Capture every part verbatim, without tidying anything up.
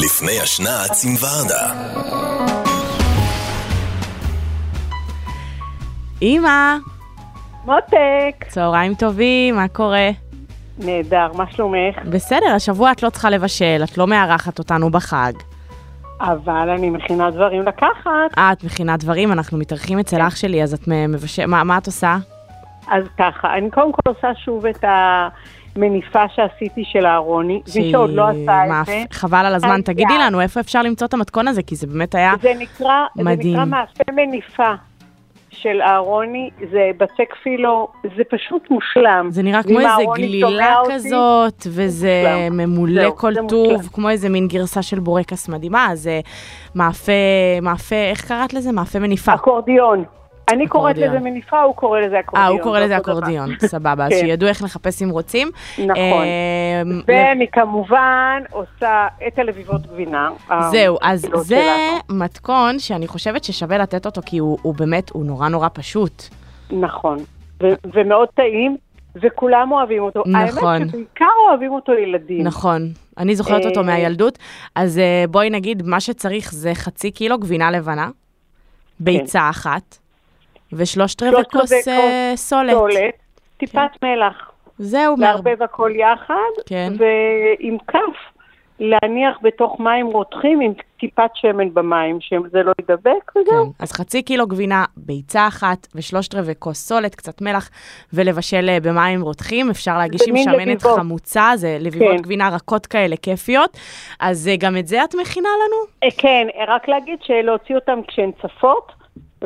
לפני השנץ עם ורדה. אמא. מותק. צהריים טובים, מה קורה? נהדר, מה שלומך? בסדר, השבוע את לא צריכה לבשל, את לא מארחת אותנו בחג. אבל אני מכינה דברים לקחת. אה, את מכינה דברים, אנחנו מתארחים אצל אח שלי, אז את מבשל... מה, מה את עושה? אז ככה, אני קודם כל עושה שוב את המניפה שעשיתי של הארוני, מי שעוד לא עשה את זה. חבל על הזמן, תגידי לנו איפה אפשר למצוא את המתכון הזה, כי זה באמת היה מדהים. זה נקרא מאפה מניפה של הארוני, זה בצק פילו, זה פשוט מושלם. זה נראה כמו איזה גלילה כזאת, וזה ממולא כל טוב, כמו איזה מין גרסה של בורקס מדהימה, זה מאפה, מאפה, איך קראת לזה? מאפה מניפה. אקורדיון. אני קוראת לזה מניפה, הוא קורא לזה אקורדיון. אה, הוא קורא לזה אקורדיון, סבבה, אז שידעו איך לחפש אם רוצים. נכון. ואני כמובן עושה את הלביבות גבינה. זהו, אז זה מתכון שאני חושבת ששווה לתת אותו, כי הוא באמת, הוא נורא נורא פשוט. נכון, ומאוד טעים, וכולם אוהבים אותו. נכון. האמת שבעיקר אוהבים אותו ילדים. נכון, אני זוכרת אותו מהילדות. אז בואי נגיד, מה שצריך זה חצי קילו גבינה לבנה, ביצה אחת. ושלושת רבעי כוס סולת. סולת, טיפת מלח. זהו. לערבב הכל יחד, ועם כף להניח בתוך מים רותחים עם טיפת שמן במים, שזה לא ידבק וזהו. אז חצי קילו גבינה, ביצה אחת ושלושת רבעי כוס סולת, קצת מלח, ולבשל במים רותחים. אפשר להגיש עם שמנת חמוצה, זה לביבות גבינה רכות כאלה כיפיות. אז גם את זה את מכינה לנו? כן, רק להגיד שלהוציא אותם כשהן צפות,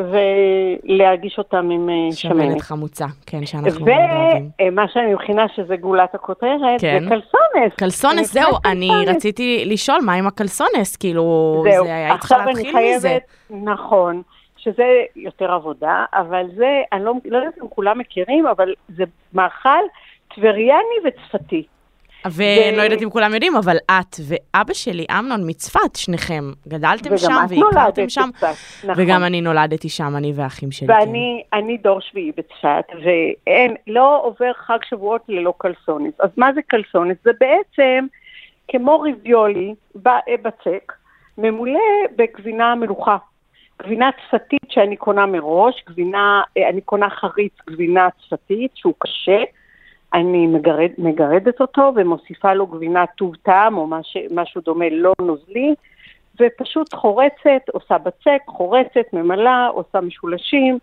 ולהגיש אותם עם שמנת. שמנת חמוצה, כן, שאנחנו אוהבים. ומה שאני מכינה שזה גאולת הכותרת, זה קלסונס. קלסונס, זהו, אני רציתי לשאול מה עם הקלסונס, כאילו, זה היה צריך להתחיל מזה. נכון, שזה יותר עבודה, אבל זה, אני לא יודעת אם כולם מכירים, אבל זה מאכל טבריאני וצפתי. ואני לא יודעת אם כולם יודעים, אבל את ואבא שלי, אמנון, מצפת, שניכם, גדלתם שם והכרתם שם, וגם אני נולדתי שם, אני ואחים שלי. ואני דור שביעי בצפת, ואין, לא עובר חג שבועות ללא קלסונס. אז מה זה קלסונס? זה בעצם כמו ריביולי בצק, ממולא בגבינה מלוכה. גבינה צפתית שאני קונה מראש, גבינה, אני קונה חריץ גבינה צפתית שהוא קשה, אני מגרד, מגרדת אותו ומוסיפה לו גבינה טוב טעם או מש, משהו דומה לא נוזלי, ופשוט חורצת, עושה בצק, חורצת, ממלאה, עושה משולשים,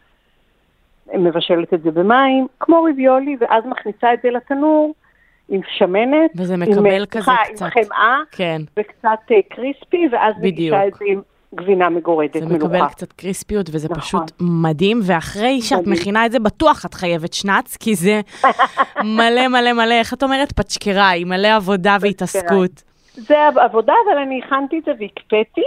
מבשלת את זה במים, כמו ריביולי, ואז מכניסה את זה לתנור עם שמנת, וזה מקבל עם, כזה עם קצת, חמאה, כן. וקצת קריספי, ואז מגישה את זה עם גבינה מגורדת, זה מלוכה. מקבל קצת קריספיות, וזה נכון. פשוט מדהים, ואחרי שאת מדהים. מכינה את זה, בטוח את חייבת שנץ, כי זה מלא מלא מלא, איך את אומרת? פצ'קראי, מלא עבודה והתעסקות. זה עבודה, אבל אני הכנתי את זה והקפאתי,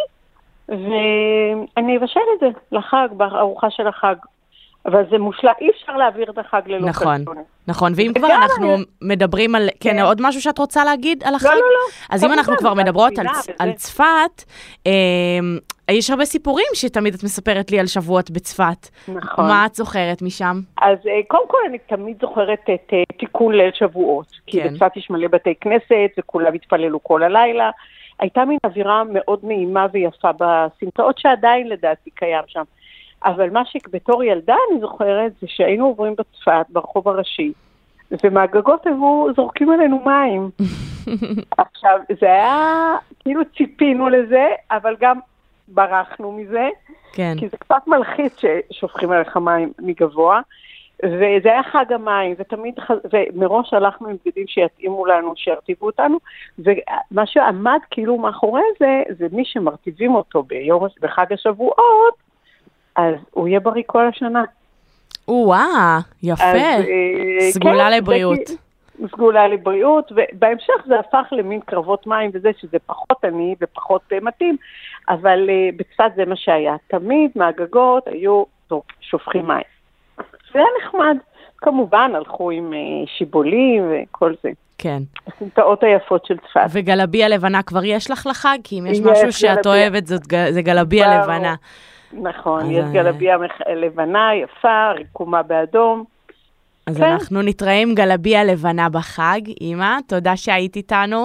ואני אבשל את זה לחג, בארוחה של החג. אבל זה מושלם, אי אפשר להעביר את החג ללא נכון, קלסונס. נכון, ואם כבר אנחנו אני... מדברים על, כן, כן, עוד משהו שאת רוצה להגיד על החג? לא, לא, לא. אז אם אנחנו כבר מדברות על, על צפת, אה, יש הרבה סיפורים שתמיד את מספרת לי על שבועות בצפת. נכון. מה את זוכרת משם? אז אה, קודם כל אני תמיד זוכרת את אה, תיקון ליל שבועות, כי כן. בצפת יש מלא בתי כנסת, וכולם התפללו כל הלילה. הייתה מין אווירה מאוד נעימה ויפה בסמטאות, שעדיין לדעתי קיים שם. אבל מה שבתור ילדה אני זוכרת זה שהיינו עוברים בצפת ברחוב הראשי, ומהגגות היו זורקים עלינו מים. עכשיו, זה היה, כאילו ציפינו לזה, אבל גם ברחנו מזה, כן. כי זה קצת מלחיץ ששופכים עליך מים מגבוה, וזה היה חג המים, ותמיד, ומראש הלכנו עם בגדים שיתאימו לנו, שירטיבו אותנו, ומה שעמד כאילו מאחורי זה, זה מי שמרטיבים אותו ביום, בחג השבועות, אז הוא יהיה בריא כל השנה. וואה, יפה. אז, סגולה כן, לבריאות. זה, סגולה לבריאות, ובהמשך זה הפך למין קרבות מים וזה, שזה פחות עני ופחות uh, מתאים, אבל uh, בצפת זה מה שהיה. תמיד מהגגות היו טוב, שופכים מים. זה היה נחמד. כמובן הלכו עם uh, שיבולים וכל זה. כן. הסמטאות היפות של צפת. וגלביה לבנה כבר יש לך לחג? כי אם יש משהו שאת אוהבת, זה גלביה לבנה. נכון, יש גלביה לבנה, יפה, ריקומה באדום. אז אנחנו נתראה עם גלביה לבנה בחג. אמא, תודה שהיית איתנו.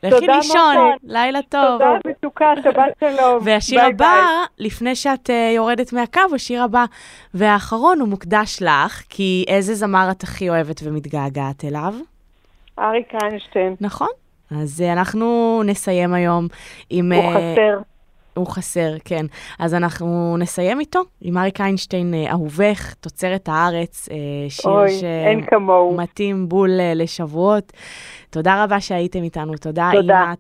לכי לישון, לילה טוב. תודה מתוקה, שבת שלום. והשיר הבא, לפני שאת יורדת מהקו, השיר הבא והאחרון הוא מוקדש לך, כי איזה זמר את הכי אוהבת ומתגעגעת אליו? אריק איינשטיין. נכון. אז אנחנו נסיים היום עם... הוא חסר. הוא חסר, כן. אז אנחנו נסיים איתו, עם אריק איינשטיין, אהובך, תוצרת הארץ, שיר שמתאים בול לשבועות. תודה רבה שהייתם איתנו. תודה, תודה. אימא.